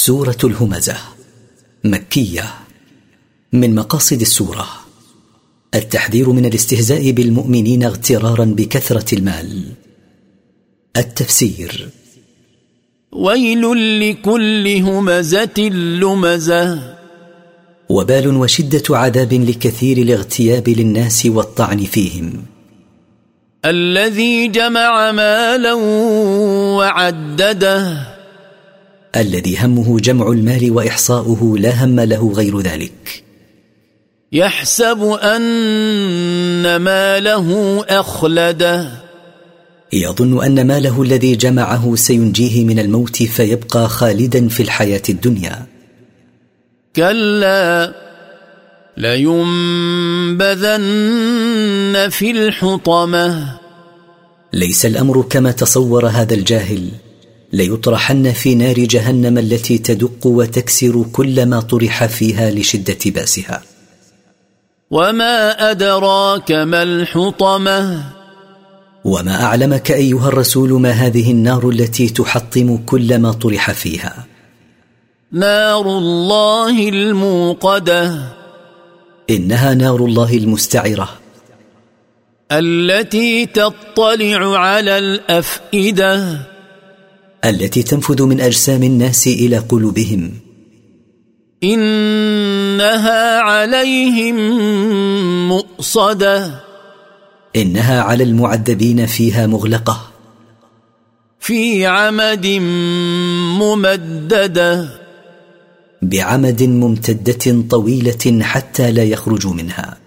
سورة الهمزة مكية. من مقاصد السورة التحذير من الاستهزاء بالمؤمنين اغترارا بكثرة المال. التفسير: ويل لكل همزة لمزة، وبال وشدة عذاب لكثير الاغتياب للناس والطعن فيهم. الذي جمع مالا وعدده، الذي همه جمع المال وإحصاؤه لا هم له غير ذلك. يحسب أن ماله أخلده، يظن أن ماله الذي جمعه سينجيه من الموت فيبقى خالدا في الحياة الدنيا. كلا لينبذن في الحطمة، ليس الأمر كما تصور هذا الجاهل، ليطرحن في نار جهنم التي تدق وتكسر كل ما طرح فيها لشدة بأسها. وما أدراك ما الحطمة، وما أعلمك أيها الرسول ما هذه النار التي تحطم كل ما طرح فيها. نار الله الموقدة، إنها نار الله المستعرة، التي تطلع على الأفئدة، التي تنفذ من أجسام الناس إلى قلوبهم. إنها عليهم مؤصدة، إنها على المعذبين فيها مغلقة. في عمد ممددة، بعمد ممتدة طويلة حتى لا يخرجوا منها.